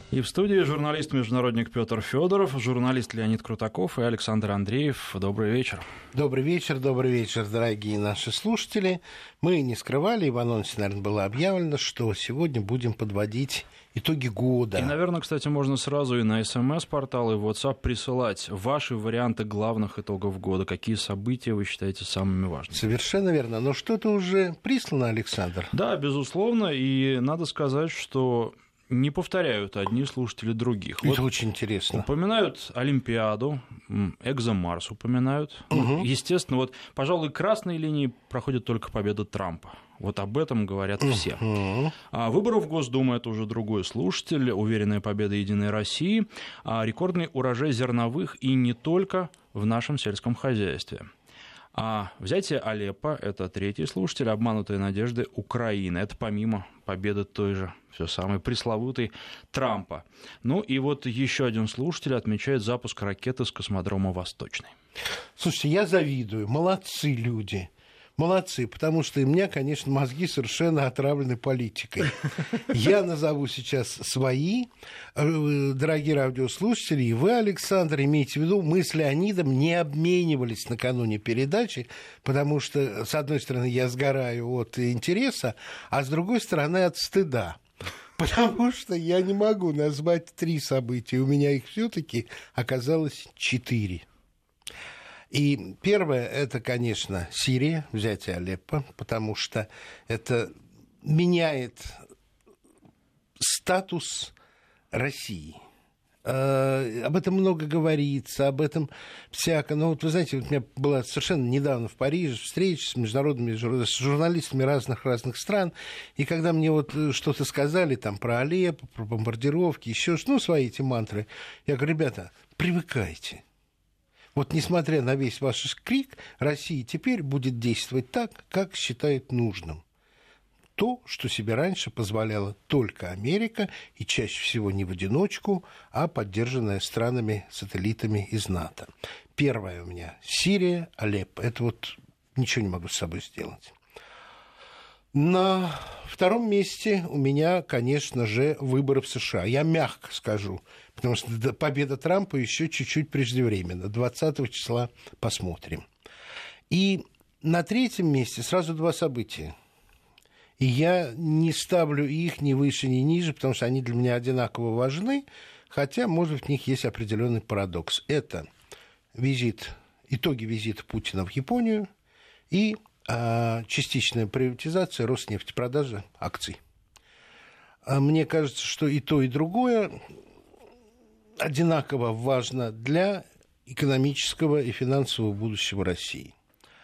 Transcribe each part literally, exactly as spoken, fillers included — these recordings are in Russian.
И в студии журналист-международник Петр Федоров, журналист Леонид Крутаков и Александр Андреев. Добрый вечер. Добрый вечер, добрый вечер, дорогие наши слушатели. Мы не скрывали, и в анонсе, наверное, было объявлено, что сегодня будем подводить итоги года. И, наверное, кстати, можно сразу и на СМС-портал, и в WhatsApp присылать ваши варианты главных итогов года. Какие события вы считаете самыми важными? Совершенно верно. Но что-то уже прислано, Александр? Да, безусловно. И надо сказать, что не повторяют одни слушатели других. Это вот очень интересно. Упоминают Олимпиаду, Экзомарс упоминают. Угу. Ну, естественно, вот, пожалуй, красной линией проходит только победа Трампа. Вот об этом говорят все. Угу. А выборы в Госдуму — это уже другой слушатель. Уверенная победа «Единой России». А рекордный урожай зерновых и не только в нашем сельском хозяйстве. А взятие Алеппо — это третий слушатель. Обманутые надежды Украины. Это помимо победы той же, все самой пресловутой Трампа. Ну и вот еще один слушатель отмечает запуск ракеты с космодрома «Восточный». Слушайте, я завидую. Молодцы люди. Молодцы, потому что у меня, конечно, мозги совершенно отравлены политикой. Я назову сейчас свои. Дорогие радиослушатели, и вы, Александр, имейте в виду, мы с Леонидом не обменивались накануне передачи, потому что, с одной стороны, я сгораю от интереса, а с другой стороны, от стыда. Потому что я не могу назвать три события. У меня их все-таки оказалось четыре. И первое, это, конечно, Сирия, взятие Алеппо, потому что это меняет статус России. Э, об этом много говорится, об этом всяко. Но вот вы знаете, вот у меня была совершенно недавно в Париже встреча с международными жур... с журналистами разных-разных стран, и когда мне вот что-то сказали там про Алеппо, про бомбардировки, еще что, ну, свои эти мантры, я говорю, ребята, привыкайте. Вот несмотря на весь ваш крик, Россия теперь будет действовать так, как считает нужным. То, что себе раньше позволяла только Америка, и чаще всего не в одиночку, а поддержанная странами-сателлитами из НАТО. Первое у меня – Сирия, Алеппо. Это вот ничего не могу с собой сделать. На втором месте у меня, конечно же, выборы в США. Я мягко скажу, потому что победа Трампа еще чуть-чуть преждевременно. двадцатого числа посмотрим. И на третьем месте сразу два события. И я не ставлю их ни выше, ни ниже, потому что они для меня одинаково важны, хотя, может быть, в них есть определенный парадокс. Это визит, итоги визита Путина в Японию и а, частичная приватизация Роснефти, продажа акций. А мне кажется, что и то, и другое одинаково важно для экономического и финансового будущего России.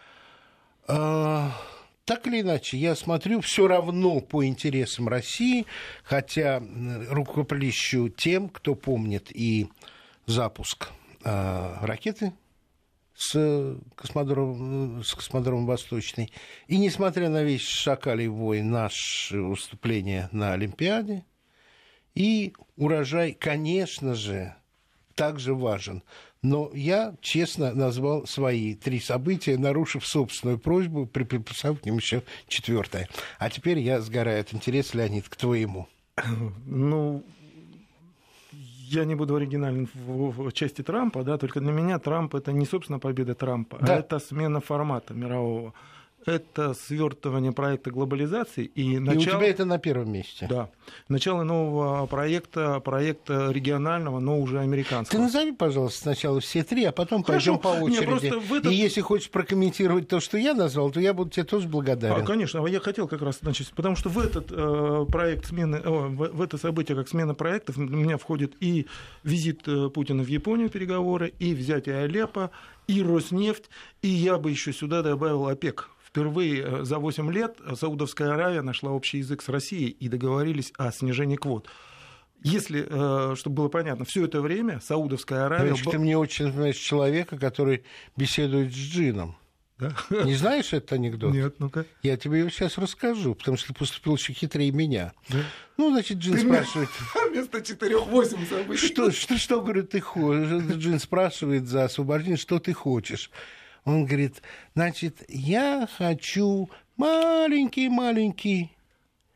А, так или иначе, я смотрю все равно по интересам России, хотя рукоплещу тем, кто помнит и запуск а, ракеты с космодромом, с космодромом «Восточный». И несмотря на весь шакалий вой, наше выступление на Олимпиаде, и урожай, конечно же, также важен. Но я честно назвал свои три события, нарушив собственную просьбу, приписав к ним еще четвертое. А теперь я сгораю от интереса, Леонид, к твоему. Ну, я не буду оригинален в, в части Трампа, да, только для меня Трамп — это не, собственно, победа Трампа, да. а это смена формата мирового. Это свертывание проекта глобализации и начало... И у тебя это на первом месте. Да. Начало нового проекта, проекта регионального, но уже американского. Ты назови, пожалуйста, сначала все три, а потом пойдем по очереди. Нет, этот... И если хочешь прокомментировать то, что я назвал, то я буду тебе тоже благодарен. А, конечно, я хотел как раз начать, потому что в этот э, проект смены, о, в, в это событие, как смена проектов, у меня входит и визит Путина в Японию, переговоры, и взятие Алеппо, и Роснефть, и я бы еще сюда добавил ОПЕК. Впервые за восемь лет Саудовская Аравия нашла общий язык с Россией и договорились о снижении квот. Если, чтобы было понятно, все это время Саудовская Аравия... Значит, ты мне очень знаешь человека, который беседует с джином. Да? Не знаешь этот анекдот? Нет, ну-ка. Я тебе его сейчас расскажу, потому что ты поступил еще хитрее меня. Да? Ну, значит, джин ты спрашивает... Вместо четырех восемь событий. Что, что, что, говорит, ты хочешь? Джин спрашивает за освобождение, что ты хочешь? Он говорит, значит, я хочу маленький-маленький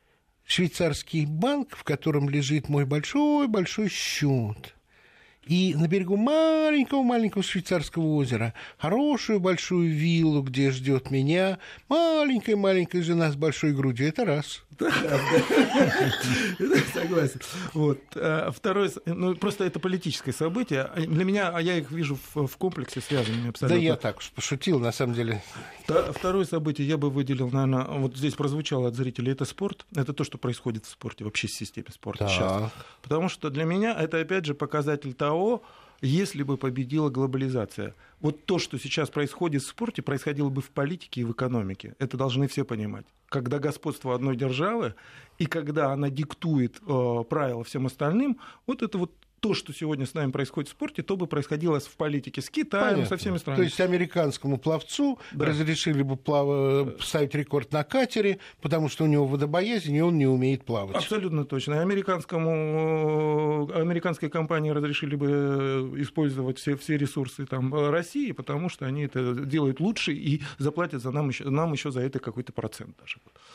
швейцарский банк, в котором лежит мой большой-большой счет. И на берегу маленького-маленького швейцарского озера хорошую большую виллу, где ждет меня маленькая-маленькая жена с большой грудью. Это раз. Согласен. Вот. Второе, ну, просто это политическое событие. Для меня, а я их вижу в, в комплексе связанными абсолютно. Да я так уж пошутил, на самом деле. Второе событие я бы выделил, наверное, вот здесь прозвучало от зрителей, это спорт. Это то, что происходит в спорте, вообще в системе спорта так. сейчас. Потому что для меня это, опять же, показатель того, если бы победила глобализация. Вот то, что сейчас происходит в спорте, происходило бы в политике и в экономике. Это должны все понимать. Когда господство одной державы, и когда она диктует э, правила всем остальным, вот это вот то, что сегодня с нами происходит в спорте, то бы происходило в политике с Китаем, понятно, со всеми странами. То есть американскому пловцу да. разрешили бы плав... ставить рекорд на катере, потому что у него водобоязнь, и он не умеет плавать. Абсолютно точно. Американскому... Американской компании разрешили бы использовать все, все ресурсы там, России, потому что они это делают лучше и заплатят за нам, еще, нам еще за это какой-то процент даже.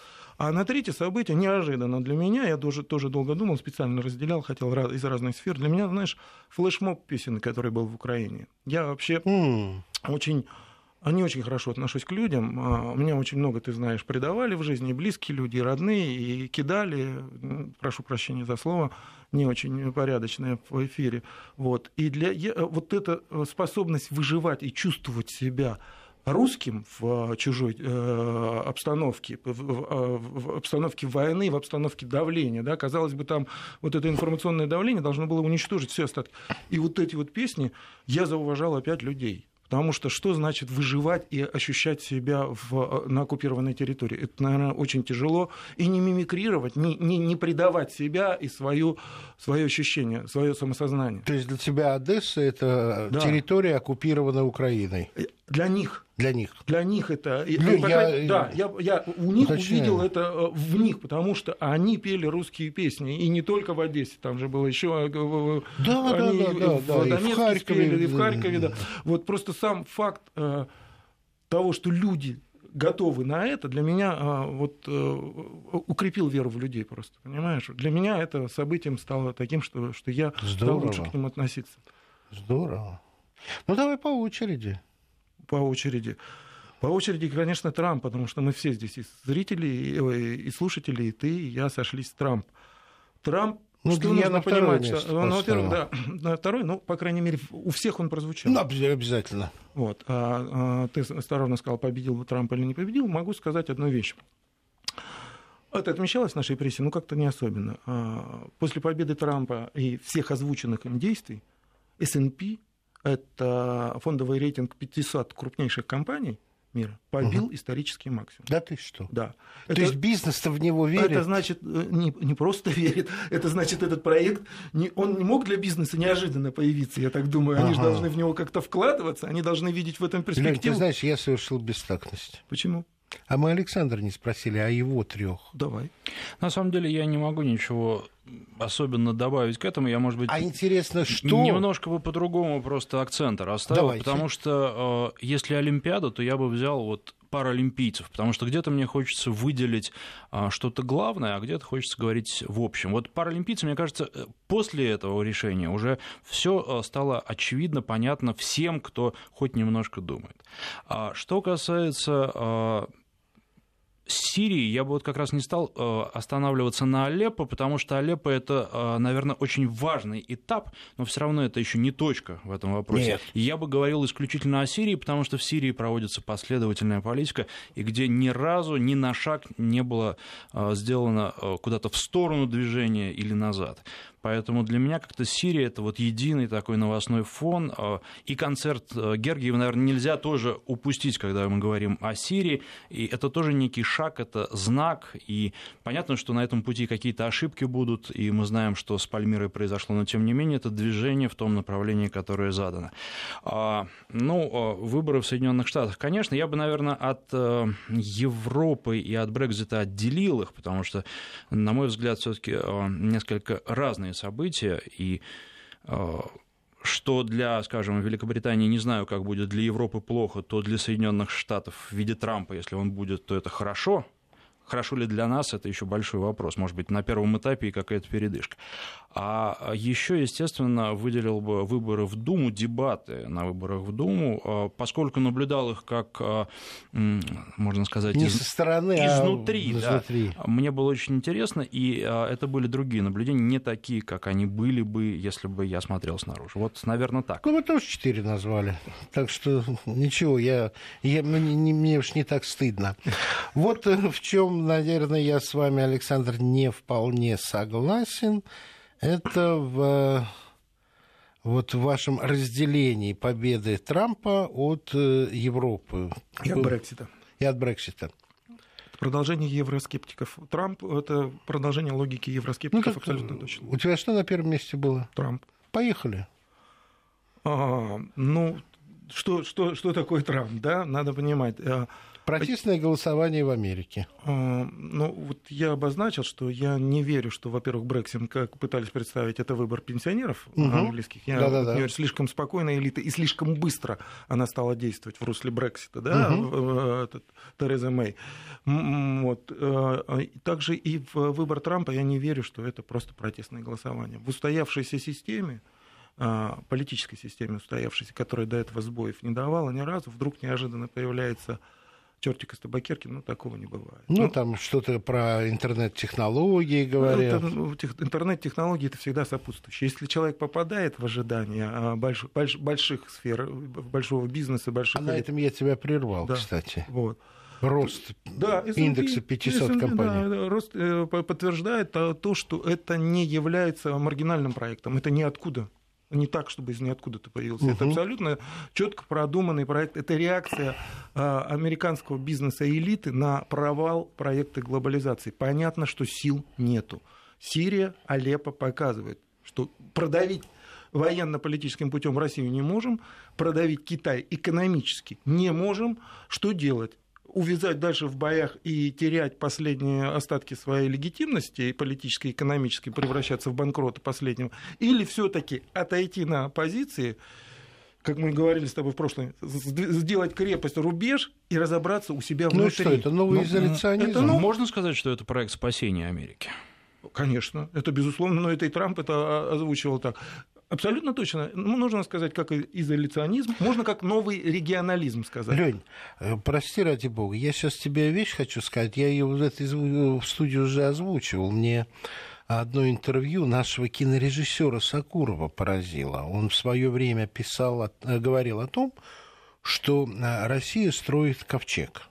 А на третье событие, неожиданно для меня, я тоже, тоже долго думал, специально разделял, хотел из разных сфер. Для меня, знаешь, флешмоб песенный, который был в Украине. Я вообще mm. очень, не очень хорошо отношусь к людям. У меня очень много, ты знаешь, предавали в жизни, и близкие люди, и родные, и кидали, прошу прощения за слово, не очень порядочное в эфире. Вот. И для, я, вот эта способность выживать и чувствовать себя русским в чужой э, обстановке, в, в, в обстановке войны, в обстановке давления, да, казалось бы, там вот это информационное давление должно было уничтожить все остатки. И вот эти вот песни я зауважал опять людей. Потому что что значит выживать и ощущать себя в, на оккупированной территории? Это, наверное, очень тяжело. И не мимикрировать, не, не, не предавать себя и свое, свое ощущение, свое самосознание. То есть для тебя Одесса – это да. территория, оккупированная Украиной? Для них. Для них. Для них это... Для, ну, я, да, я, я у них уточняю. увидел это в них, потому что они пели русские песни. И не только в Одессе, там же было еще... Да, они да, да, в да, Донецке и в Харькове, спели, и в Харькове. Да. Да. Вот просто сам факт э, того, что люди готовы на это, для меня э, вот, э, укрепил веру в людей просто, понимаешь? Для меня это событием стало таким, что, что я Здорово. стал лучше к ним относиться. Здорово. Ну, давай по очереди. По очереди. По очереди, конечно, Трамп, потому что мы все здесь, и зрители, и слушатели, и ты, и я сошлись с Трамп. Трамп, ну, что я нужно на понимать, место что, ну, во-первых, да, на второй, ну, по крайней мере, у всех он прозвучал. Ну, обязательно. Вот. А, а, ты осторожно сказал, победил бы Трамп или не победил, могу сказать одну вещь. Это отмечалось в нашей прессе, ну, как-то не особенно. А, после победы Трампа и всех озвученных им действий, эс энд пи, это фондовый рейтинг пятисот крупнейших компаний мира, побил угу. исторический максимум. Да ты что? Да. То это, есть бизнес-то в него верит? Это значит, не, не просто верит, это значит, этот проект, не, он не мог для бизнеса неожиданно появиться, я так думаю. Они ага. же должны в него как-то вкладываться, они должны видеть в этом перспективу. Лёнь, ты знаешь, я совершил бестактность. Почему? А мы Александра не спросили, а его трех. Давай. На самом деле я не могу ничего особенно добавить к этому. Я, может быть, а интересно, что... немножко бы по-другому просто акцент расставил. Давайте. Потому что э, если Олимпиада, то я бы взял вот паралимпийцев, потому что где-то мне хочется выделить а, что-то главное, а где-то хочется говорить в общем. Вот паралимпийцы, мне кажется, после этого решения уже все стало очевидно, понятно всем, кто хоть немножко думает. А, что касается а, Сирии, я бы вот как раз не стал а, останавливаться на Алеппо, потому что Алеппо — это, а, наверное, очень важный этап, но все равно это еще не точка в этом вопросе. Нет. И я бы говорил исключительно о Сирии, потому что в Сирии проводится последовательная политика, и где ни разу, ни на шаг не было а, сделано а, куда-то в сторону движения или назад. Поэтому для меня как-то Сирия — это вот единый такой новостной фон. И концерт Гергиева, наверное, нельзя тоже упустить, когда мы говорим о Сирии. И это тоже некий шаг, это знак. И понятно, что на этом пути какие-то ошибки будут, и мы знаем, что с Пальмирой произошло, но тем не менее это движение в том направлении, которое задано. Ну, выборы в Соединенных Штатах, конечно, я бы, наверное, от Европы и от Брексита отделил их, потому что, на мой взгляд, все-таки несколько разные события, и э, что для, скажем, Великобритании, не знаю, как будет, для Европы плохо, то для Соединенных Штатов в виде Трампа, если он будет, то это хорошо. хорошо ли для нас, это еще большой вопрос. Может быть, на первом этапе и какая-то передышка. А еще, естественно, выделил бы выборы в Думу, дебаты на выборах в Думу, поскольку наблюдал их как, можно сказать, не из... со стороны, изнутри. А да. изнутри. Мне было очень интересно, и это были другие наблюдения, не такие, как они были бы, если бы я смотрел снаружи. Вот, наверное, так. Ну, мы тоже четыре назвали. Так что ничего, я, я, мне, мне уж не так стыдно. Вот в чем, наверное, я с вами, Александр, не вполне согласен. Это в, вот в вашем разделении победы Трампа от Европы. И от Брексита. И от Брексита. Продолжение евроскептиков. Трамп — это продолжение логики евроскептиков, ну, абсолютно точно. У тебя что на первом месте было? Трамп. Поехали. А, ну, что, что, что такое Трамп, да? Надо понимать. Протестное голосование в Америке. Ну, вот я обозначил, что я не верю, что, во-первых, Брексит, как пытались представить, это выбор пенсионеров угу. английских. Я да, да, да. верю, слишком спокойная элита, и слишком быстро она стала действовать в русле Брексита, да, угу. Тереза Мэй. Вот. Также и в выбор Трампа я не верю, что это просто протестное голосование. В устоявшейся системе, политической системе устоявшейся, которая до этого сбоев не давала ни разу, вдруг неожиданно появляется чертик из табакерки, ну, такого не бывает. Ну, ну там что-то про интернет-технологии говорят. Интернет-технологии — это всегда сопутствующее. Если человек попадает в ожидание больш, больш, больших сфер, большого бизнеса, больших... А на этом я тебя прервал, да. кстати. Вот. Рост да, индекса пятисот компаний. Да, рост подтверждает то, что это не является маргинальным проектом, это ниоткуда. Не так, чтобы из ниоткуда-то появился. Uh-huh. Это абсолютно четко продуманный проект. Это реакция э, американского бизнеса и элиты на провал проекта глобализации. Понятно, что сил нету. Сирия, Алеппо показывает, что продавить военно-политическим путем Россию не можем, продавить Китай экономически не можем. Что делать? Увязать дальше в боях и терять последние остатки своей легитимности, политической, экономической, превращаться в банкрота последнего, или все-таки отойти на позиции, как мы говорили с тобой в прошлом, сделать крепость, рубеж и разобраться у себя внутри. Ну что, это новый изоляционизм? Это, ну, можно сказать, что это проект спасения Америки? Конечно, это безусловно, но это и Трамп это озвучивал так. Абсолютно точно. Ну, нужно сказать, как изоляционизм, можно как новый регионализм сказать. Лёнь, прости ради бога, я сейчас тебе вещь хочу сказать, я ее в студию уже озвучивал, мне одно интервью нашего кинорежиссера Сакурова поразило. Он в свое время писал, говорил о том, что Россия строит ковчег.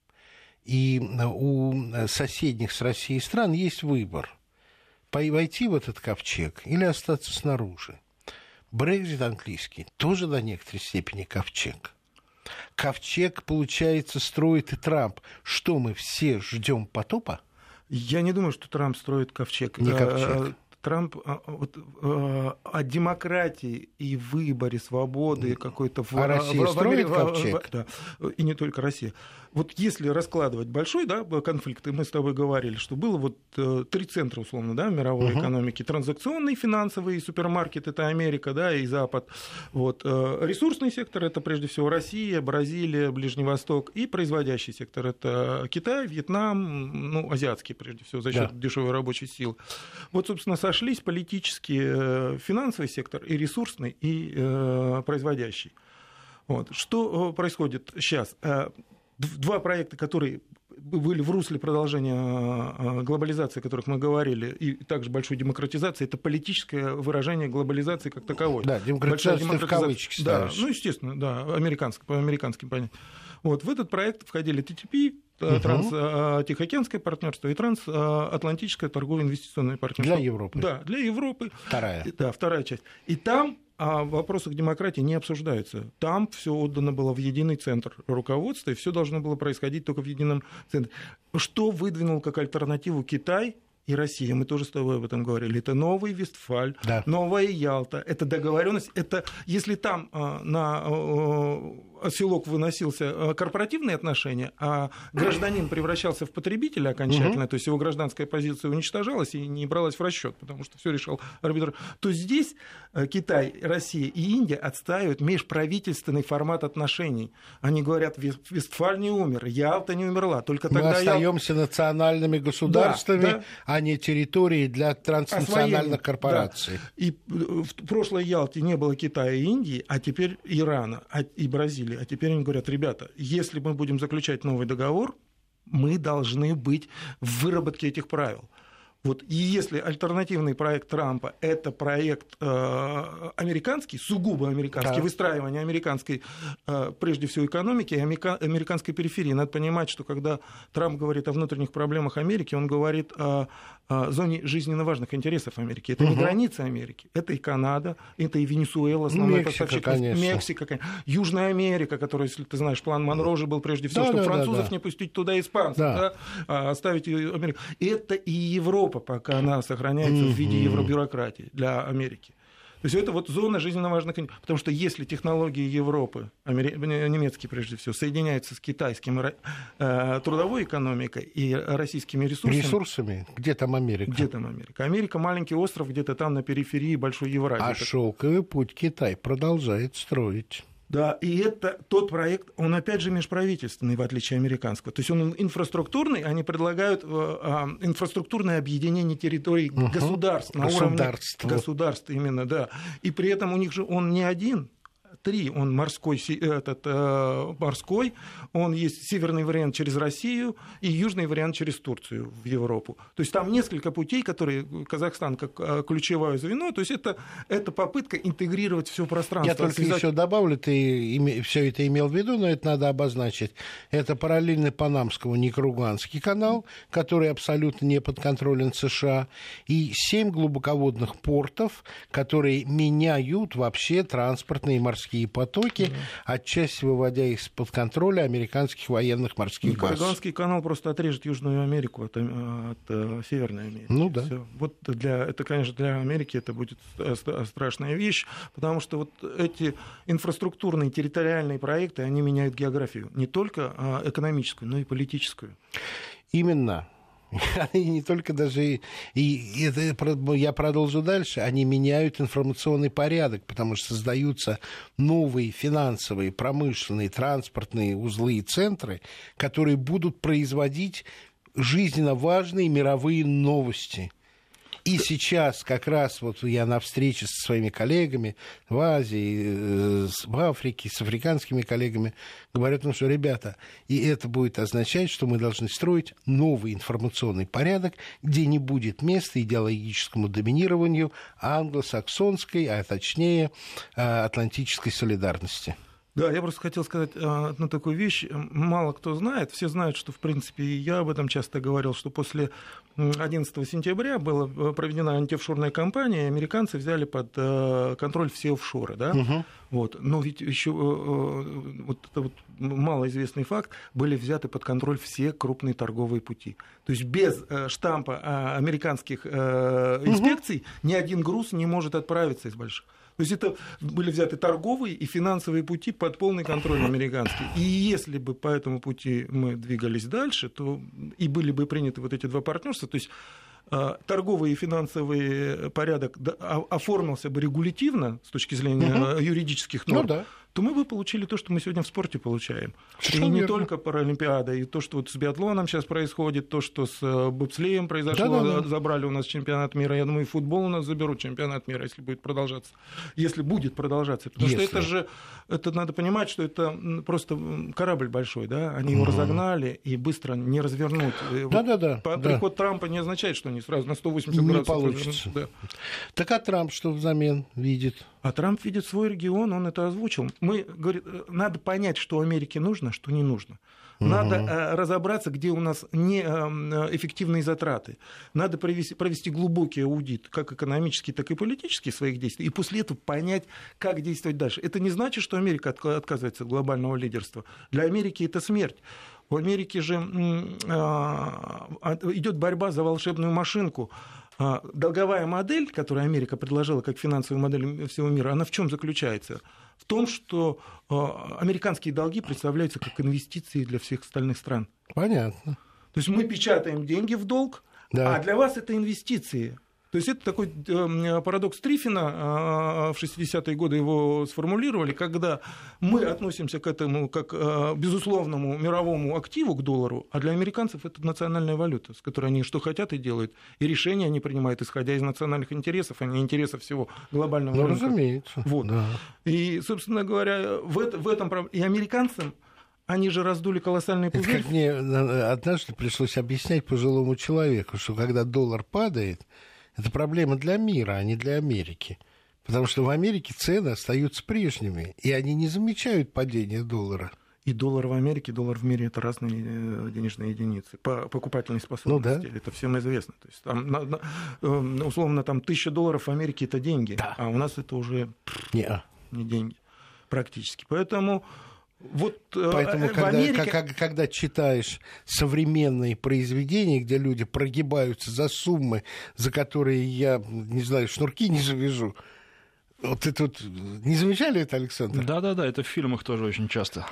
И у соседних с Россией стран есть выбор: войти в этот ковчег или остаться снаружи. Брексит английский тоже до некоторой степени ковчег. Ковчег, получается, строит и Трамп. Что, мы все ждем потопа? Я не думаю, что Трамп строит ковчег. Не ковчег. Трамп вот, о демократии и выборе свободы какой-то... А в, Россия в, строит в, ковчег? Да, и не только Россия. Вот если раскладывать большой, да, конфликт, и мы с тобой говорили, что было вот три центра, условно, да, в мировой uh-huh. экономике. Транзакционный, финансовый, супермаркет — это Америка, да, и Запад. Вот. Ресурсный сектор — это прежде всего Россия, Бразилия, Ближний Восток. И производящий сектор — это Китай, Вьетнам, ну, азиатский, прежде всего, за счет да. дешевой рабочей силы. Вот, собственно, сошлись политически финансовый сектор и ресурсный, и э, производящий. Вот. Что происходит сейчас? Два проекта, которые были в русле продолжения глобализации, о которых мы говорили, и также большой демократизации, это политическое выражение глобализации как таковой. Да, демократизация, демократизация. В кавычки ставишь. Да, ну, естественно, да, американский, по американским понятиям. Вот, в этот проект входили ти ти пи, угу. Транс-Тихоокеанское партнерство и Трансатлантическое торгово-инвестиционное партнерство. Для Европы. Да, для Европы. Вторая. Да, вторая часть. И там о вопросах демократии не обсуждаются. Там все отдано было в единый центр руководства, и все должно было происходить только в едином центре. Что выдвинул как альтернативу Китай и Россия, мы тоже с тобой об этом говорили, это новый Вестфаль, да. новая Ялта, это договоренность, это если там э, на э, селок выносился корпоративные отношения, а гражданин превращался в потребителя окончательно, угу. то есть его гражданская позиция уничтожалась и не бралась в расчет, потому что все решал арбитр, то здесь Китай, Россия и Индия отстаивают межправительственный формат отношений. Они говорят, Вестфаль не умер, Ялта не умерла, только тогда... Мы остаемся Ял... национальными государствами, да, да. а не территорией для транснациональных Освоение, корпораций. Да. И в прошлой Ялте не было Китая и Индии, а теперь Ирана и Бразилии. А теперь они говорят, ребята, если мы будем заключать новый договор, мы должны быть в выработке этих правил. Вот, и если альтернативный проект Трампа – это проект э, американский, сугубо американский, да. выстраивание американской, э, прежде всего, экономики и американской периферии. Надо понимать, что когда Трамп говорит о внутренних проблемах Америки, он говорит о, о зоне жизненно важных интересов Америки. Это угу. не границы Америки, это и Канада, это и Венесуэла, основной Мексика, поставщик, конечно. Мексика, конечно. Южная Америка, которая, если ты знаешь, план Монро же был прежде всего, да, чтобы да, французов да, да. не пустить туда, испанцев, да. Да, а оставить Америку. Это и Европа, пока она сохраняется mm-hmm. в виде евробюрократии для Америки. То есть это вот зона жизненно важных... Потому что если технологии Европы, амери... немецкие прежде всего, соединяются с китайским э, трудовой экономикой и российскими ресурсами... Ресурсами? Где там Америка? Где там Америка? Америка — маленький остров где-то там на периферии Большой Евразии. А шелковый путь Китай продолжает строить. Да, и это тот проект, он опять же межправительственный, в отличие от американского. То есть он инфраструктурный, они предлагают э, э, инфраструктурное объединение территорий угу. государств на уровне государств именно, да. И при этом у них же он не один. Три, он морской, этот, э, морской, он есть северный вариант через Россию и южный вариант через Турцию в Европу. То есть там несколько путей, которые Казахстан как ключевое звено, то есть это, это попытка интегрировать все пространство. Я только связать... еще добавлю, ты все это имел в виду, но это надо обозначить. Это параллельно Панамскому Никарагуанский канал, который абсолютно не подконтролен США, и семь глубоководных портов, которые меняют вообще транспортные и морские потоки, да. отчасти выводя их из-под контроля американских военных морских баз. Никарагуанский канал просто отрежет Южную Америку от, от, от Северной Америки. Ну да. Всё. Вот для, это, конечно, для Америки это будет страшная вещь, потому что вот эти инфраструктурные территориальные проекты, они меняют географию, не только экономическую, но и политическую. Именно. Они не только даже... И это, я продолжу дальше. Они меняют информационный порядок, потому что создаются новые финансовые, промышленные, транспортные узлы и центры, которые будут производить жизненно важные мировые новости. И сейчас как раз вот я на встрече со своими коллегами в Азии, в Африке, с африканскими коллегами говорю о том, что, ребята, и это будет означать, что мы должны строить новый информационный порядок, где не будет места идеологическому доминированию англосаксонской, а точнее атлантической солидарности. Да, я просто хотел сказать одну такую вещь. Мало кто знает, все знают, что, в принципе, и я об этом часто говорил, что после одиннадцатого сентября была проведена антиофшорная кампания, и американцы взяли под контроль все офшоры, да? Угу. Вот. Но ведь еще вот это вот малоизвестный факт, были взяты под контроль все крупные торговые пути. То есть без штампа американских инспекций угу. ни один груз не может отправиться из больших. То есть это были взяты торговые и финансовые пути под полный контроль американский. И если бы по этому пути мы двигались дальше, то и были бы приняты вот эти два партнерства, то есть торговый и финансовый порядок оформился бы регулятивно с точки зрения угу. юридических норм, ну, да. то мы бы получили то, что мы сегодня в спорте получаем. Совершенно и не верно. Только Паралимпиада, и то, что вот с биатлоном сейчас происходит, то, что с бобслеем произошло, да, да, да. забрали у нас чемпионат мира. Я думаю, и футбол у нас заберут чемпионат мира, если будет продолжаться. Если будет продолжаться. Потому если. что это же, это надо понимать, что это просто корабль большой, да, они его угу. разогнали и быстро не развернуть. Да, да, да. Приход да. Трампа не означает, что они сразу на сто восемьдесят градусов. Не получится. Да. Так а Трамп что взамен видит? А Трамп видит свой регион, он это озвучил. Мы, говорит, надо понять, что Америке нужно, что не нужно. Надо угу. разобраться, где у нас неэффективные затраты. Надо провести, провести глубокий аудит, как экономический, так и политический своих действий. И после этого понять, как действовать дальше. Это не значит, что Америка отказывается от глобального лидерства. Для Америки это смерть. В Америке же идет борьба за волшебную машинку. Долговая модель, которую Америка предложила как финансовую модель всего мира, она в чем заключается? В том, что американские долги представляются как инвестиции для всех остальных стран. Понятно. То есть мы печатаем деньги в долг, да. А для вас это инвестиции. То есть это такой парадокс Триффина, в шестидесятые годы его сформулировали, когда мы относимся к этому как к безусловному мировому активу, к доллару, а для американцев это национальная валюта, с которой они что хотят и делают. И решения они принимают, исходя из национальных интересов, а не интересов всего глобального ну, рынка. Разумеется. Вот. Да. И, собственно говоря, в, это, в этом и американцам они же раздули колоссальные пузырь. Это как мне однажды пришлось объяснять пожилому человеку, что когда доллар падает, это проблема для мира, а не для Америки. Потому что в Америке цены остаются прежними, и они не замечают падения доллара. И доллар в Америке, доллар в мире — это разные денежные единицы по покупательной способности. Ну, да. Это всем известно. То есть, там, условно, там, тысяча долларов в Америке — это деньги, да. А у нас это уже не, не деньги практически. Поэтому... Вот, Поэтому, э, когда, Америке... когда, когда читаешь современные произведения, где люди прогибаются за суммы, за которые я, не знаю, шнурки не завяжу, вот это вот... Не замечали это, Александр? Да-да-да, это в фильмах тоже очень часто.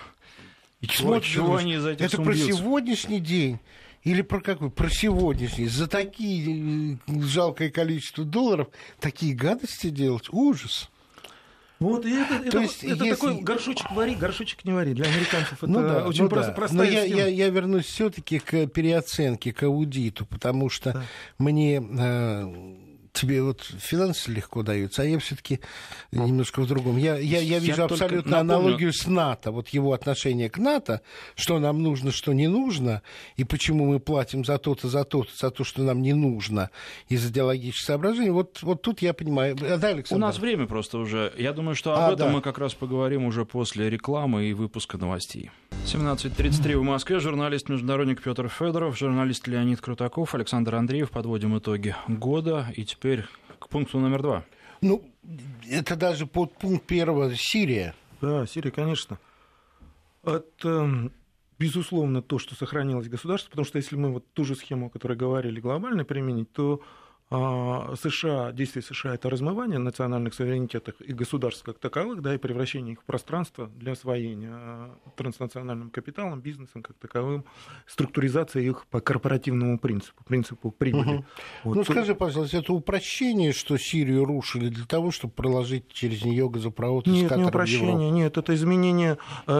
И чего, чего они из этих Это сумм про бьются? Сегодняшний день? Или про какой? Про сегодняшний. За такие жалкое количество долларов такие гадости делать? Ужас. Вот, и это, это, есть, это если... такой горшочек вари, горшочек не вари. Для американцев это ну да, очень ну просто, да. простая Но я, схема. я, я вернусь все-таки к переоценке, к аудиту, потому что да. мне... Э, тебе вот финансы легко даются, а я все-таки немножко в другом. Я, я, я вижу я абсолютно напомню... аналогию с НАТО, вот его отношение к НАТО, что нам нужно, что не нужно, и почему мы платим за то-то, за то-то, за то, что нам не нужно из идеологических соображений. Вот, вот тут я понимаю. Да, Александр? У нас время просто уже. Я думаю, что об а, этом да. мы как раз поговорим уже после рекламы и выпуска новостей. семнадцать тридцать три в Москве. Журналист-международник Петр Федоров, журналист Леонид Крутаков, Александр Андреев. Подводим итоги года. И теперь к пункту номер два. Ну, это даже под пункт первого. Сирия. Да, Сирия, конечно. Это, безусловно, то, что сохранилось государство, потому что если мы вот ту же схему, о которой говорили, глобально применить, то США, действия США — это размывание национальных суверенитетов и государств как таковых, да, и превращение их в пространство для освоения транснациональным капиталом, бизнесом как таковым, структуризация их по корпоративному принципу, принципу прибыли. Угу. Вот. Ну, скажи, пожалуйста, это упрощение, что Сирию рушили для того, чтобы проложить через нее газопровод из Нет, Катара не в упрощение, Европу? нет, это изменение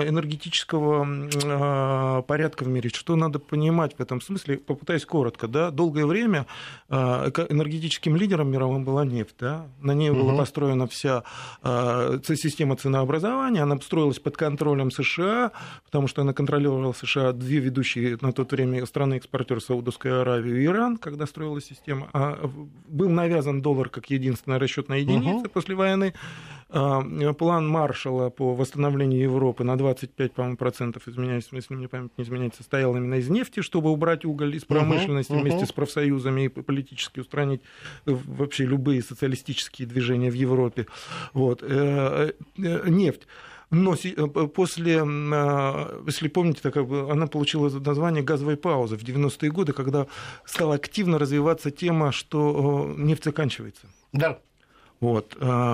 энергетического порядка в мире. Что надо понимать в этом смысле? Попытаюсь коротко. Да? Долгое время энергетическим лидером мировым была нефть. Да? На ней угу. была построена вся э, система ценообразования. Она строилась под контролем США, потому что она контролировала США две ведущие на то время страны-экспортеры — Саудовскую Аравию и Иран, когда строилась система. А был навязан доллар как единственная расчетная единица угу. после войны. План Маршалла по восстановлению Европы на двадцать пять, по-моему, процентов, изменяюсь, если мне память не изменяет, состоял именно из нефти, чтобы убрать уголь из промышленности uh-huh, вместе uh-huh. с профсоюзами и политически устранить вообще любые социалистические движения в Европе. Вот. Нефть. Но после, если помните, так, она получила название газовой паузы в девяностые годы, когда стала активно развиваться тема, что нефть заканчивается. Да. Вот.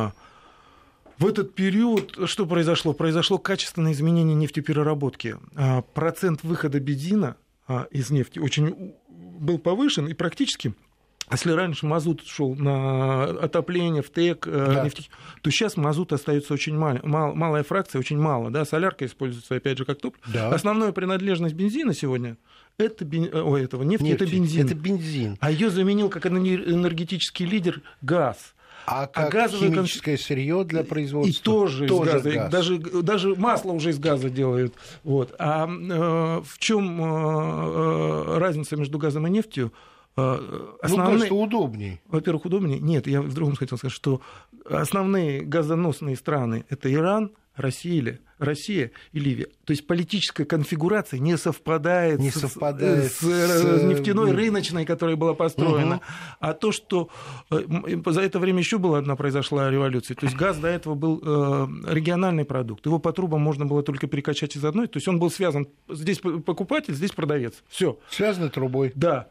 В этот период что произошло? Произошло качественное изменение нефтепереработки. Процент выхода бензина из нефти очень был повышен, и практически, если раньше мазут шел на отопление, в ТЭК, да. нефть, то сейчас мазут остается очень мал, мал, малая фракция, очень мало. Да? Солярка используется, опять же, как топливо. Да. Основная принадлежность бензина сегодня это, ой, этого нефти, нефти это бензин. Это бензин. А ее заменил как энергетический лидер газ. А как а химическое сырье для производства? И тоже, тоже из газа. Газ. Даже, даже масло уже из газа делают. Вот. А э, в чем э, разница между газом и нефтью? основные... Ну, просто удобнее. Во-первых, удобнее. Нет, я в другом хотел сказать, что основные газоносные страны – это Иран, Россия или, Россия и Ливия. То есть политическая конфигурация не совпадает, не с, совпадает с, с нефтяной рыночной, которая была построена. Угу. А то, что за это время еще была одна произошла революция. То есть газ до этого был региональный продукт. Его по трубам можно было только перекачать из одной. То есть он был связан. Здесь покупатель, здесь продавец. Все. Связанный трубой. Да.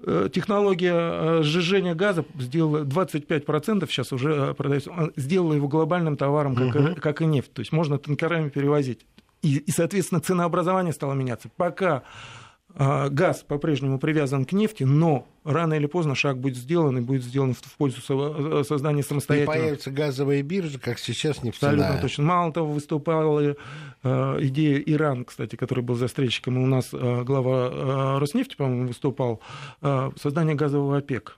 Технология сжижения газа сделала двадцать пять процентов сейчас уже продается, сделала его глобальным товаром, как, угу. и, как и нефть. То есть можно танкерами перевозить. И, и, соответственно, ценообразование стало меняться. Пока а, газ по-прежнему привязан к нефти, но рано или поздно шаг будет сделан, и будет сделан в пользу создания самостоятельного. И появятся газовые биржи, как сейчас нефтяная. Абсолютно точно. Мало того, выступала идея Иран, кстати, который был застрельщиком, и у нас глава Роснефти, по-моему, выступал, создание газового ОПЕК.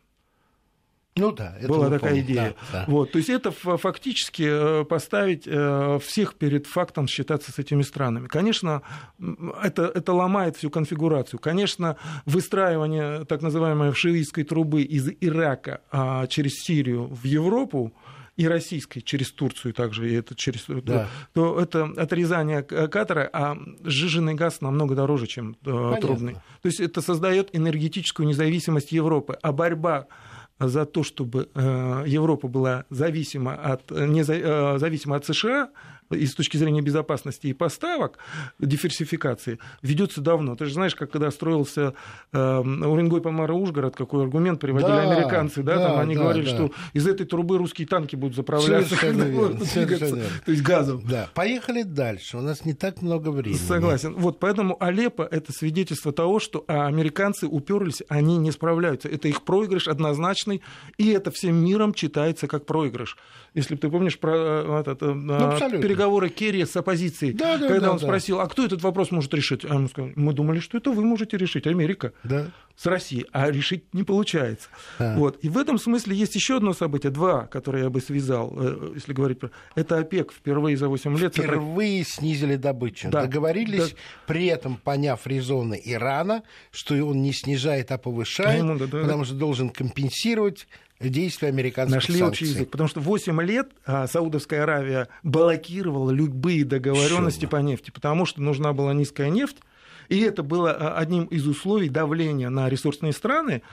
Ну да, это была такая помним. идея. Да, да. Вот, то есть это фактически поставить всех перед фактом считаться с этими странами. Конечно, это, это ломает всю конфигурацию. Конечно, выстраивание так называемой шиитской трубы из Ирака через Сирию в Европу и российской через Турцию также, и это через, да. то это отрезание Катара, а сжиженный газ намного дороже, чем Понятно. Трубный. То есть это создает энергетическую независимость Европы, а борьба за то, чтобы Европа была зависима от, не зависима от США, и с точки зрения безопасности и поставок, диверсификации, ведется давно. Ты же знаешь, как когда строился э, Уренгой, Помара, Ужгород, какой аргумент приводили да, американцы, да, да, там они да, говорили, да. что из этой трубы русские танки будут заправляться, когда будут двигаться, то есть газом. Да. Поехали дальше, у нас не так много времени. Согласен. Вот, поэтому Алеппо – это свидетельство того, что американцы уперлись, они не справляются. Это их проигрыш однозначный, и это всем миром читается как проигрыш. Если ты помнишь про этот, ну, переговоры Керри с оппозицией, да, да, когда да, он да. спросил, а кто этот вопрос может решить? А ему сказали, мы думали, что это вы можете решить, Америка да. с Россией, а решить не получается. А. Вот. И в этом смысле есть еще одно событие, два, которые я бы связал, если говорить про... Это ОПЕК впервые за восемь лет... Впервые сократили... снизили добычу. Да. Договорились, да. при этом поняв резоны Ирана, что он не снижает, а повышает, а ему, да, да, потому да. что должен компенсировать действия американских Нашли санкций. Общий язык, потому что восемь лет Саудовская Аравия блокировала любые договоренности по нефти, потому что нужна была низкая нефть, и это было одним из условий давления на ресурсные страны,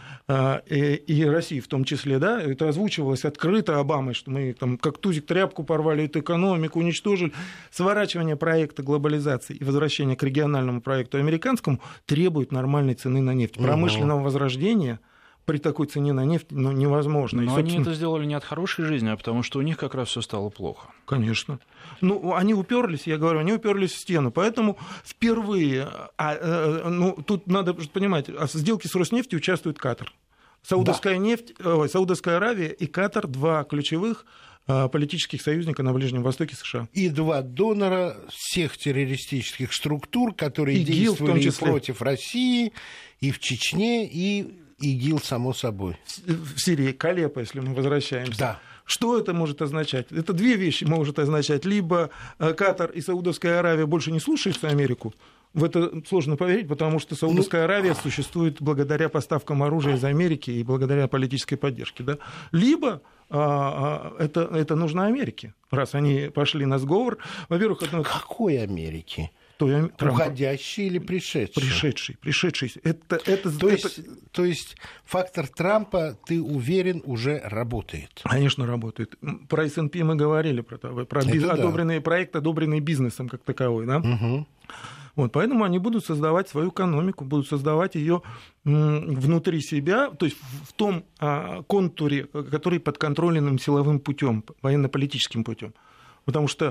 и России в том числе, да, это озвучивалось открыто Обамой, что мы там как тузик тряпку порвали, эту экономику уничтожили. Сворачивание проекта глобализации и возвращение к региональному проекту американскому требует нормальной цены на нефть, промышленного возрождения. При такой цене на нефть ну, невозможно. Но и, собственно... они это сделали не от хорошей жизни, а потому что у них как раз все стало плохо. Конечно. Ну, они уперлись, я говорю, они уперлись в стену. Поэтому впервые, а, ну, тут надо понимать, в сделке с Роснефтью участвует Катар. Саудовская да. нефть, ой, Саудовская Аравия и Катар – два ключевых политических союзника на Ближнем Востоке США. И два донора всех террористических структур, которые и действовали и против России, и в Чечне, и... ИГИЛ, само собой. В Сирии, к Алеппо, если мы возвращаемся. Да. Что это может означать? Это две вещи может означать. Либо Катар и Саудовская Аравия больше не слушаются Америку. В это сложно поверить, потому что Саудовская Аравия существует благодаря поставкам оружия из Америки и благодаря политической поддержке. Да? Либо а, а, это, это нужно Америке, раз они пошли на сговор. Во-первых, это... Какой Америки? То, Уходящий или пришедший? Пришедший, пришедший. Это, это, то, это... Есть, то есть фактор Трампа, ты уверен, уже работает? Конечно, работает. Про эс энд пи мы говорили, про, про биз... да. одобренный проект, одобренный бизнесом как таковой. Да? Угу. Вот, поэтому они будут создавать свою экономику, будут создавать ее внутри себя, то есть в том контуре, который подконтролен силовым путем, военно-политическим путем. Потому что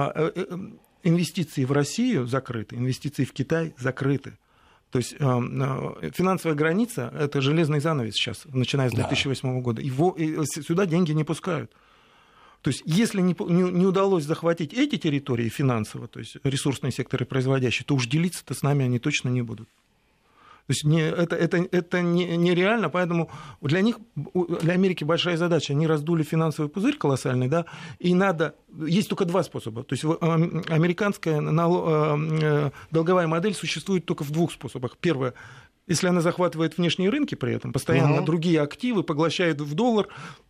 инвестиции в Россию закрыты, инвестиции в Китай закрыты. То есть финансовая граница – это железный занавес сейчас, начиная с две тысячи восьмого года. Его, сюда деньги не пускают. То есть если не, не, не удалось захватить эти территории финансово, то есть ресурсные секторы производящие, то уж делиться-то с нами они точно не будут. То есть не, это, это, это нереально, поэтому для них, для Америки большая задача. Они раздули финансовый пузырь колоссальный, да, и надо... Есть только два способа. То есть американская долговая модель существует только в двух способах. Первое Если она захватывает внешние рынки при этом, постоянно угу. другие активы поглощает в доллар,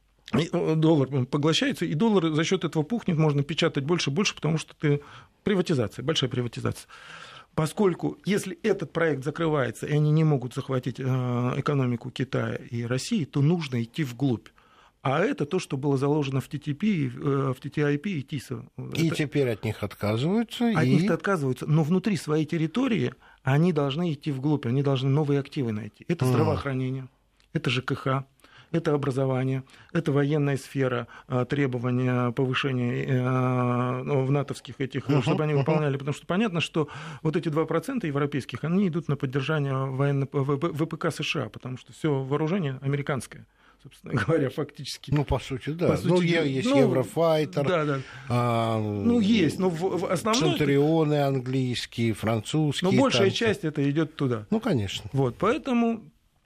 доллар поглощается, и доллар за счет этого пухнет, можно печатать больше и больше, потому что ты... приватизация, большая приватизация. Поскольку, если этот проект закрывается, и они не могут захватить экономику Китая и России, то нужно идти вглубь. А это то, что было заложено в ти ти пи, в ти ти ай пи и ТИСА. И это... теперь от них отказываются. От и... них отказываются, но внутри своей территории они должны идти вглубь, они должны новые активы найти. Это здравоохранение, это ЖКХ, это образование, это военная сфера, требования повышения ну, в натовских этих, uh-huh, чтобы они uh-huh. выполняли, потому что понятно, что вот эти два процента европейских, они идут на поддержание военно... ВПК США, потому что все вооружение американское. Собственно говоря, фактически. Ну, по сути, да. По сути, ну, есть ну, Еврофайтер. Да, да. А, ну, есть, но в, в основном... Центурионы английские, французские. Но большая танки. часть это идет туда. Ну, конечно. Вот, поэтому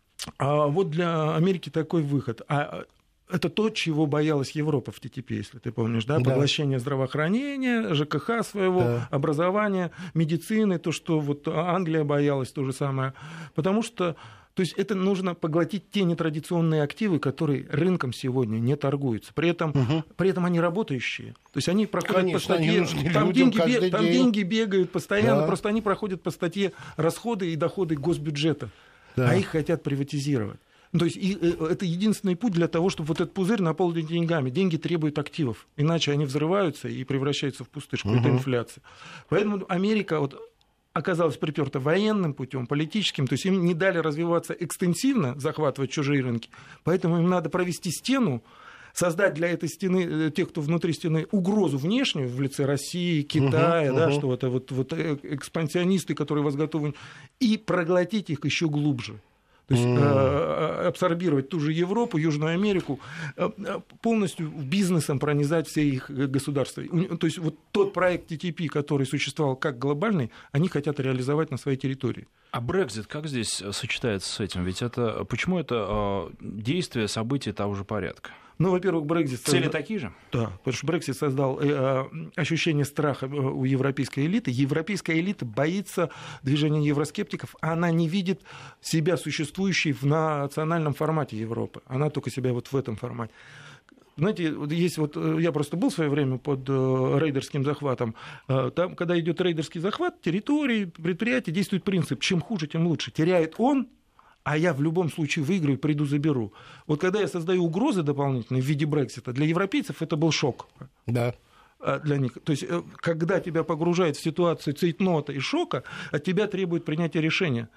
а, вот для Америки такой выход. А это то, чего боялась Европа в ти ти пи, если ты помнишь, да? Поглощение да. здравоохранения, ЖКХ своего, да. образования, медицины, то, что вот Англия боялась, то же самое. Потому что то есть это нужно поглотить те нетрадиционные активы, которые рынком сегодня не торгуются. При этом, угу. при этом они работающие. То есть они проходят Конечно, по статье... Там, деньги, бег... там деньги бегают постоянно, да. просто они проходят по статье расходы и доходы госбюджета. Да. А их хотят приватизировать. То есть и, это единственный путь для того, чтобы вот этот пузырь наполнить деньгами. Деньги требуют активов, иначе они взрываются и превращаются в пустышку. Угу. Это инфляция. Поэтому Америка... Вот, оказалась приперта военным путем, политическим, то есть им не дали развиваться экстенсивно, захватывать чужие рынки, поэтому им надо провести стену, создать для этой стены, тех, кто внутри стены, угрозу внешнюю в лице России, Китая, uh-huh, да, uh-huh. что это вот, вот экспансионисты, которые вас готовы, и проглотить их еще глубже. То есть mm. абсорбировать ту же Европу, Южную Америку, полностью бизнесом пронизать все их государства. То есть вот тот проект ти ти пи, который существовал как глобальный, они хотят реализовать на своей территории. А Брексит как здесь сочетается с этим? Ведь это почему это действие, события того же порядка? Ну, во-первых, Брексит... Цели создал... такие же? Да, потому что Брексит создал э, ощущение страха у европейской элиты. Европейская элита боится движения евроскептиков, она не видит себя существующей в национальном формате Европы. Она только себя вот в этом формате. Знаете, есть вот, я просто был в свое время под рейдерским захватом. Там, когда идет рейдерский захват территории, предприятий, действует принцип: чем хуже, тем лучше. Теряет он, а я в любом случае выиграю, приду, заберу. Вот когда я создаю угрозы дополнительные в виде Брексита, для европейцев это был шок. Да. Для них. То есть, когда тебя погружают в ситуацию цейтнота и шока, от тебя требует принятия решения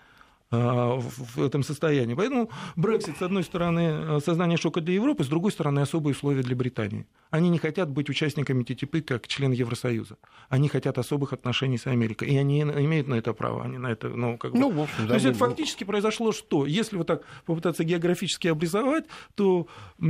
в этом состоянии. Поэтому Брексит, с одной стороны, создание шока для Европы, с другой стороны, особые условия для Британии. Они не хотят быть участниками ти ти пи как член Евросоюза. Они хотят особых отношений с Америкой. И они имеют на это право. Они на это, ну, как бы... ну, в общем, да, то есть это фактически произошло что? Если вот так попытаться географически обрисовать, то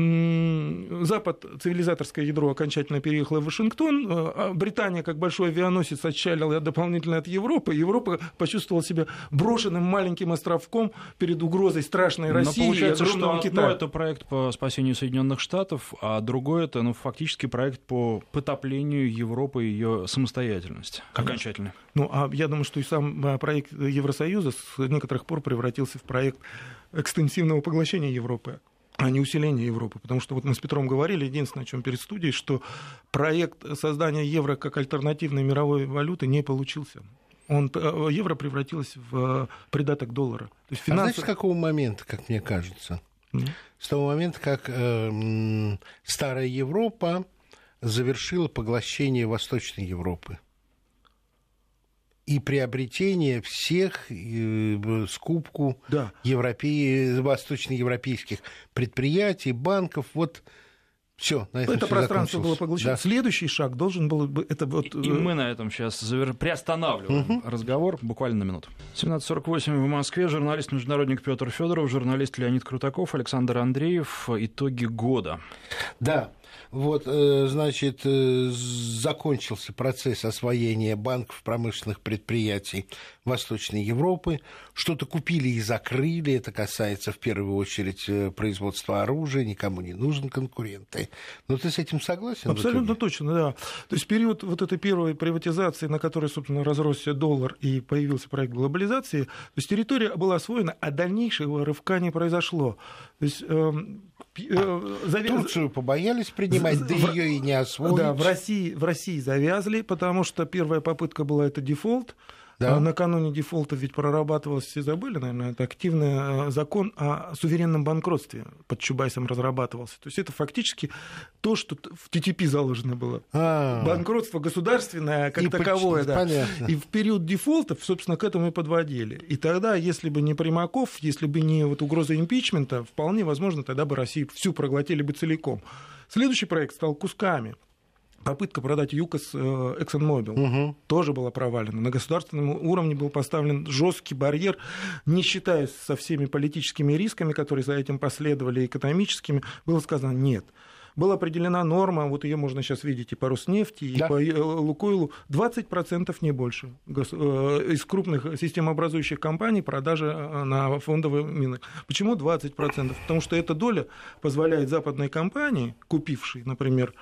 м- Запад, цивилизаторское ядро, окончательно переехало в Вашингтон. А Британия, как большой авианосец, отчалила дополнительно от Европы. Европа почувствовала себя брошенным маленьким островком перед угрозой страшной России. Но получается, и что Китая. одно это проект по спасению Соединенных Штатов, а другое это, ну, фактически проект по потоплению Европы и ее самостоятельности. Окончательно. Ну, а я думаю, что и сам проект Евросоюза с некоторых пор превратился в проект экстенсивного поглощения Европы, а не усиления Европы. Потому что вот мы с Петром говорили, единственное, о чем перед студией, что проект создания евро как альтернативной мировой валюты не получился. Он, евро превратилось в придаток доллара. То есть финансы... А знаете, с какого момента, как мне кажется? Mm-hmm. С того момента, как э, старая Европа завершила поглощение Восточной Европы и приобретение всех, э, скупку да. европе... восточноевропейских предприятий, банков. Вот все, на этом это всё пространство было поглощено. Да. Следующий шаг должен был быть... Это вот... И мы на этом сейчас завер... приостанавливаем угу. разговор буквально на минуту. семнадцать сорок восемь в Москве. Журналист-международник Петр Федоров, журналист Леонид Крутаков, Александр Андреев. Итоги года. Да. Вот, значит, закончился процесс освоения банков, промышленных предприятий Восточной Европы. Что-то купили и закрыли. Это касается в первую очередь производства оружия. Никому не нужны конкуренты. Но ты с этим согласен? Абсолютно точно, да. То есть период вот этой первой приватизации, на которой, собственно, разросся доллар и появился проект глобализации, то есть территория была освоена, а дальнейшего рывка не произошло. То есть, э, э, завяз... Турцию побоялись принимать, в... да ее и не освоить. Да, в России, в России завязли, потому что первая попытка была это дефолт. Да. Накануне дефолта ведь прорабатывался, все забыли, наверное, это активный закон о суверенном банкротстве под Чубайсом разрабатывался. То есть это фактически то, что в Ти Ти Пи заложено было. А-а-а. Банкротство государственное как и таковое. Да. И в период дефолтов, собственно, к этому и подводили. И тогда, если бы не Примаков, если бы не вот угроза импичмента, вполне возможно, тогда бы Россию всю проглотили бы целиком. Следующий проект стал кусками. Попытка продать ЮКОС ExxonMobil угу. тоже была провалена. На государственном уровне был поставлен жесткий барьер, не считаясь со всеми политическими рисками, которые за этим последовали, экономическими, было сказано «нет». Была определена норма, вот ее можно сейчас видеть и по Роснефти, да. и по Лукойлу, двадцать процентов не больше из крупных системообразующих компаний продажи на фондовые рынок. Почему двадцать процентов? Потому что эта доля позволяет западной компании, купившей, например,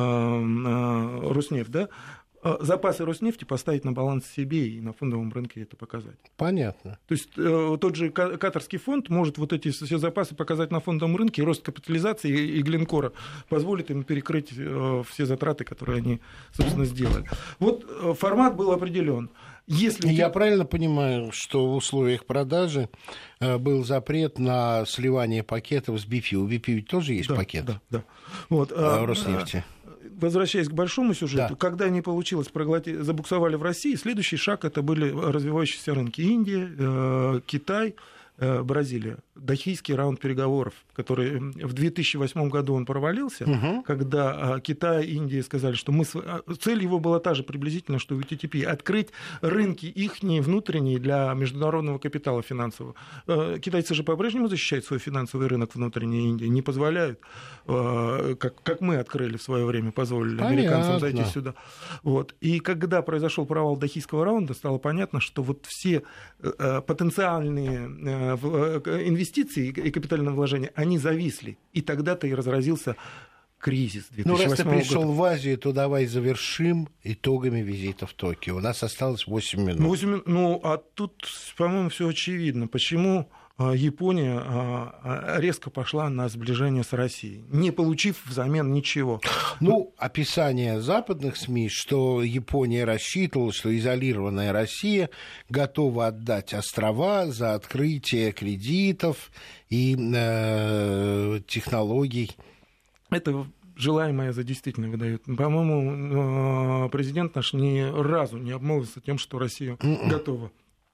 Роснефть, да, запасы Роснефти поставить на баланс себе и на фондовом рынке это показать. Понятно. То есть э, тот же катарский фонд может вот эти все запасы показать на фондовом рынке, и рост капитализации и, и Глинкора позволит им перекрыть э, все затраты, которые они, собственно, сделали. Вот э, формат был определен. Если... Я правильно понимаю, что в условиях продажи э, был запрет на сливание пакетов с би пи? У би пи ведь тоже есть да, пакет? Да, да. Вот, а, в Роснефти. Возвращаясь к большому сюжету, да. когда не получилось проглотить, забуксовали в России, следующий шаг это были развивающиеся рынки Индия, э, Китай, э, Бразилия. Дахийский раунд переговоров, который в две тысячи восьмом году он провалился, угу. когда Китай и Индия сказали, что мы... цель его была та же приблизительно, что у Ти Ти Пи, открыть рынки ихние внутренние для международного капитала финансового. Китайцы же по-прежнему защищают свой финансовый рынок внутренний, Индии, не позволяют, как, как мы открыли в свое время, позволили понятно. Американцам зайти сюда. Вот. И когда произошел провал Дахийского раунда, стало понятно, что вот все потенциальные инвестиции инвестиции и капитальные вложения, они зависли. И тогда-то и разразился кризис две тысячи восьмого года. Ну, раз ты пришел в Азию, то давай завершим итогами визита в Токио. У нас осталось восемь минут. восемь, ну, а тут, по-моему, все очевидно. Почему Япония резко пошла на сближение с Россией, не получив взамен ничего? Ну, описание западных СМИ, что Япония рассчитывала, что изолированная Россия готова отдать острова за открытие кредитов и э, технологий. Это желаемое за действительно выдают. По-моему, президент наш ни разу не обмолвился тем, что Россия Mm-mm. готова.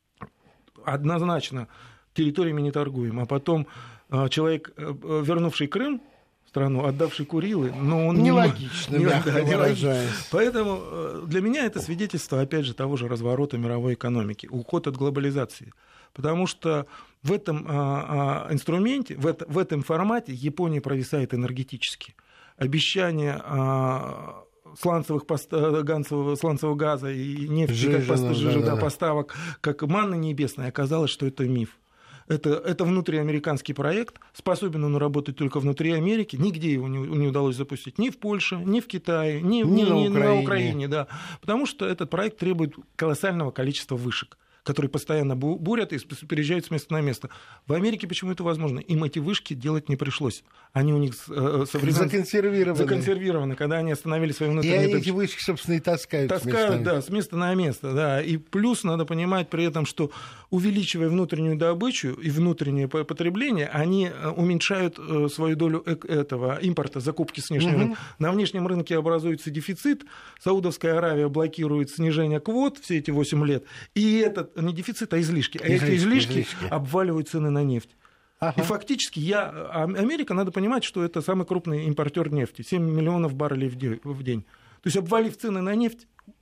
Однозначно территориями не торгуем. А потом человек, вернувший Крым в страну, отдавший Курилы, но он нелогично, не... мягко да, выражаясь. Поэтому для меня это свидетельство, опять же, того же разворота мировой экономики, уход от глобализации. Потому что в этом а, а, инструменте, в, это, в этом формате Япония провисает энергетически. Обещание а, сланцевых пост... сланцевого газа и нефти, Жижина, как пост... да, да, да. поставок, как манна небесная, оказалось, что это миф. Это, это внутриамериканский проект, способен он работать только внутри Америки, нигде его не, не удалось запустить, ни в Польше, ни в Китае, ни, ни, ни, на, ни Украине. на Украине, да, потому что этот проект требует колоссального количества вышек, которые постоянно бурят и переезжают с места на место. В Америке почему это возможно? Им эти вышки делать не пришлось. Они у них со времен... законсервированы. законсервированы, когда они остановили свои внутренние... И они эти вышки, собственно, и таскают. Таскают, с да, с места на место. Да. И плюс надо понимать при этом, что увеличивая внутреннюю добычу и внутреннее потребление, они уменьшают свою долю этого импорта, закупки с внешнего угу. рынка. На внешнем рынке образуется дефицит, Саудовская Аравия блокирует снижение квот все эти восемь лет, и этот не дефицит, а излишки. А излишки, эти излишки, излишки обваливают цены на нефть. Ага. И фактически я, Америка, надо понимать, что это самый крупный импортер нефти. семь миллионов баррелей в день. То есть, обвалив цены на нефть,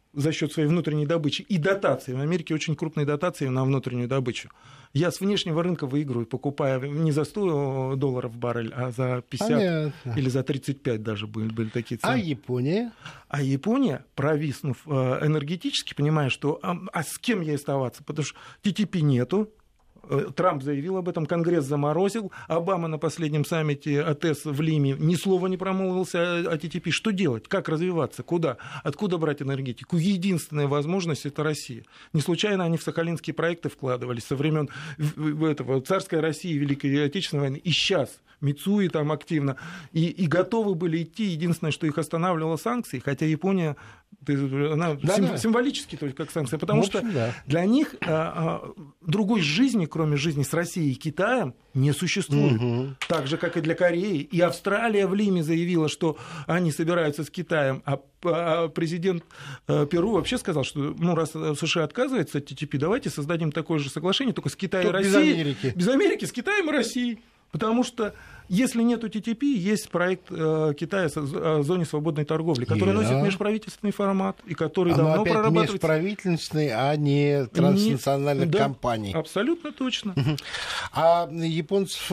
за счет своей внутренней добычи и дотации. В Америке очень крупные дотации на внутреннюю добычу. Я с внешнего рынка выигрываю, покупая не за сто долларов в баррель, а за пятьдесят Понятно. Или за тридцать пять даже были, были такие цены. А Япония? А Япония, провиснув энергетически, понимая, что а, а с кем ей оставаться, потому что ти ти пи нету, Трамп заявил об этом, Конгресс заморозил, Обама на последнем саммите АТЭС в Лиме ни слова не промолвился о ти ти пи. Что делать? Как развиваться? Куда? Откуда брать энергетику? Единственная возможность – это Россия. Не случайно они в сахалинские проекты вкладывались со времен этого, царской России, Великой Отечественной войны. И сейчас Мицуи там активно. И, и готовы были идти. Единственное, что их останавливало санкции, хотя Япония она да, сим, да. символически только как санкция, потому общем, что да. для них а, а, другой жизни, кроме жизни с Россией и Китаем, не существует. Угу. Так же, как и для Кореи. И Австралия в Лиме заявила, что они собираются с Китаем, а, а президент а, Перу вообще сказал, что ну, раз США отказывается от ти ти пи, давайте создадим такое же соглашение, только с Китаем и Россией. Без Америки. Без Америки, с Китаем и Россией. Потому что если нет ти ти пи, есть проект э, Китая о зоне свободной торговли, который yeah. носит межправительственный формат и который Оно давно опять прорабатывается. Межправительственный, а не транснациональных не... компаний. Да, абсолютно точно. А японцев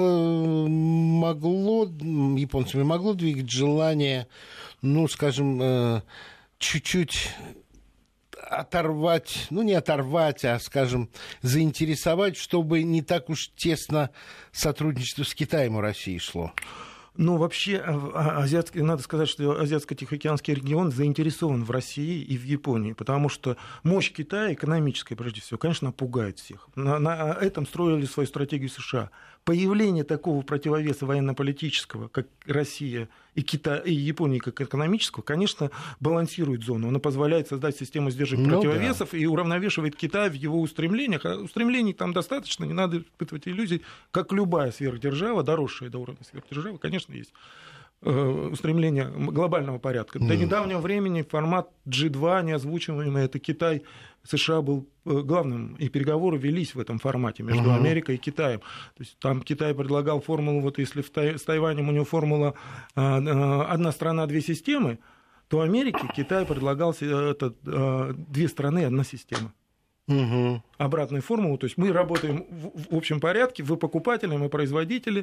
могло, японцами могло двигать желание, ну, скажем, чуть-чуть оторвать, ну не оторвать, а, скажем, заинтересовать, чтобы не так уж тесно сотрудничество с Китаем у России шло? Ну, вообще, азиатский, надо сказать, что Азиатско-Тихоокеанский регион заинтересован в России и в Японии, потому что мощь Китая, экономическая прежде всего, конечно, пугает всех. На, на этом строили свою стратегию США. Появление такого противовеса военно-политического, как Россия и, Китай, и Япония, как экономического, конечно, балансирует зону. Оно позволяет создать систему сдержек ну, противовесов да. и уравновешивает Китай в его устремлениях. А устремлений там достаточно, не надо испытывать иллюзий. Как любая сверхдержава, доросшая до уровня сверхдержавы, конечно, есть устремление глобального порядка. Mm. До недавнего времени формат джи два, неозвучиваемый, это Китай, США был главным, и переговоры велись в этом формате между uh-huh. Америкой и Китаем. То есть там Китай предлагал формулу, вот если в Тай, с Тайванем у него формула «одна страна, две системы», то Америке Китай предлагал это, «две страны, одна система». Угу. Обратную формулу, то есть мы работаем в, в общем порядке, вы покупатели, мы производители,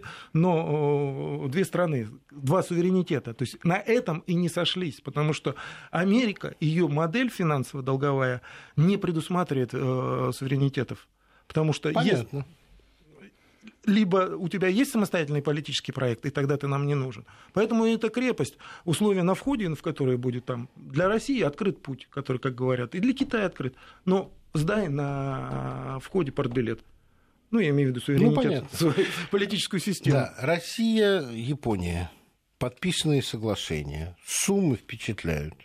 но две страны, два суверенитета, то есть на этом и не сошлись, потому что Америка, ее модель финансово-долговая не предусматривает э, суверенитетов, потому что Понятно. Есть, либо у тебя есть самостоятельный политический проект, и тогда ты нам не нужен. Поэтому эта крепость, условия на входе, в которые будет там, для России открыт путь, который, как говорят, и для Китая открыт, но сдай на входе партбилет. Ну, я имею в виду суверенитет, ну, свою политическую систему. Да, Россия, Япония. Подписанные соглашения. Суммы впечатляют.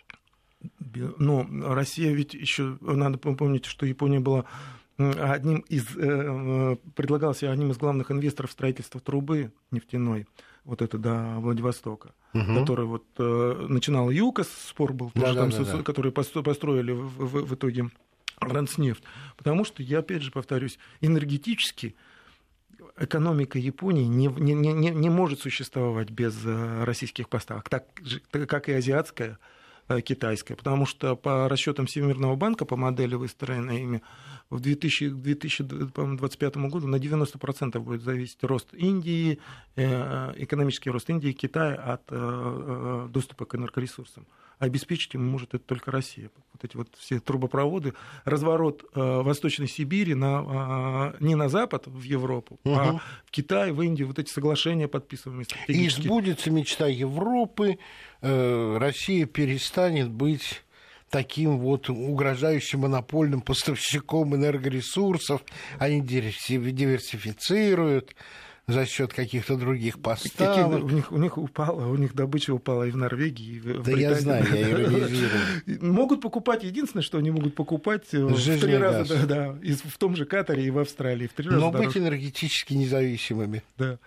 Но Россия ведь еще, надо помнить, что Япония была одним из, предлагался одним из главных инвесторов строительства трубы нефтяной, вот это до Владивостока, угу. который вот начинал ЮКОС, спор был, да, там, да, да. который построили в, в, в итоге Ранснефть. Потому что, я опять же повторюсь, энергетически экономика Японии не, не, не, не может существовать без российских поставок, так же, как и азиатская, китайская. Потому что по расчетам Всемирного банка, по модели, выстроенной ими, в две тысячи двадцать пятом году на девяносто процентов будет зависеть рост Индии, экономический рост Индии и Китая от доступа к энергоресурсам. Обеспечить ему может это только Россия. Вот эти вот все трубопроводы, разворот э, Восточной Сибири на, э, не на запад, в Европу, угу. а в Китай, в Индию, вот эти соглашения подписываемые стратегически. И сбудется мечта Европы, э, Россия перестанет быть таким вот угрожающим монопольным поставщиком энергоресурсов, они диверсифицируют за счет каких-то других поставок. Какие, у, них, у них упала, у них добыча упала и в Норвегии, и в да Британии. Я знаю, я иронизирую. Могут покупать, единственное, что они могут покупать в три раза, да, да, в том же Катаре и в Австралии. В три раза Но дороже. Быть энергетически независимыми. Да.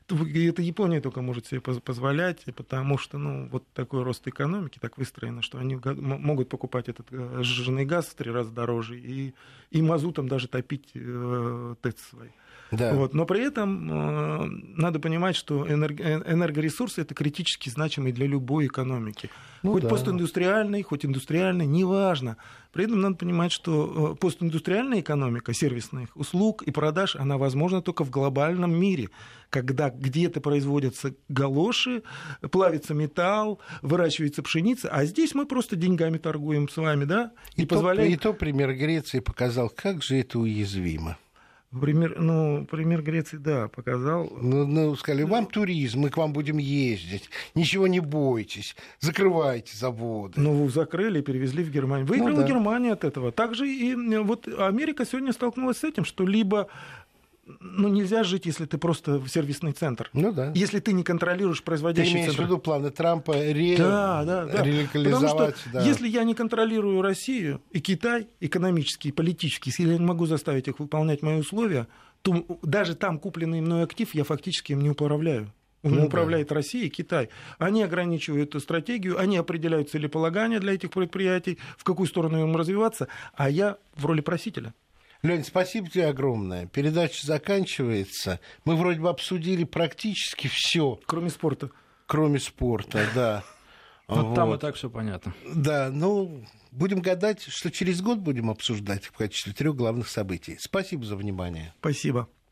это Япония только может себе позволять, потому что, ну, вот такой рост экономики так выстроено, что они могут покупать этот сжиженный газ в три раза дороже и, и мазутом даже топить э, ТЭЦ свои. Да. Вот. Но при этом э, надо понимать, что энергоресурсы — это критически значимые для любой экономики. Ну, хоть да. постиндустриальной, хоть индустриальной, неважно. При этом надо понимать, что постиндустриальная экономика сервисных услуг и продаж, она возможна только в глобальном мире, когда где-то производятся галоши, плавится металл, выращивается пшеница, а здесь мы просто деньгами торгуем с вами, да? И, и, позволяем... то, и то пример Греции показал, как же это уязвимо. Пример, ну, пример Греции, да, показал. Ну, ну, сказали, вам туризм, мы к вам будем ездить, ничего не бойтесь, закрывайте заводы. Ну, закрыли и перевезли в Германию. Выиграла ну, да. Германия от этого. Также и вот Америка сегодня столкнулась с этим, что либо... Ну, нельзя жить, если ты просто в сервисный центр. Ну, да. Если ты не контролируешь производящий центр. Ты имеешь в виду планы Трампа ре... да, да, да. релокализовать. Потому что да. если я не контролирую Россию и Китай экономически и политически, если я не могу заставить их выполнять мои условия, то даже там купленный мной актив я фактически им не управляю. Он ну, управляет да. Россией и Китай. Они ограничивают эту стратегию, они определяют целеполагание для этих предприятий, в какую сторону им развиваться, а я в роли просителя. Лёнь, спасибо тебе огромное. Передача заканчивается. Мы вроде бы обсудили практически все. Кроме спорта. Кроме спорта, да. Вот там и так все понятно. Да, ну, будем гадать, что через год будем обсуждать в качестве трех главных событий. Спасибо за внимание. Спасибо.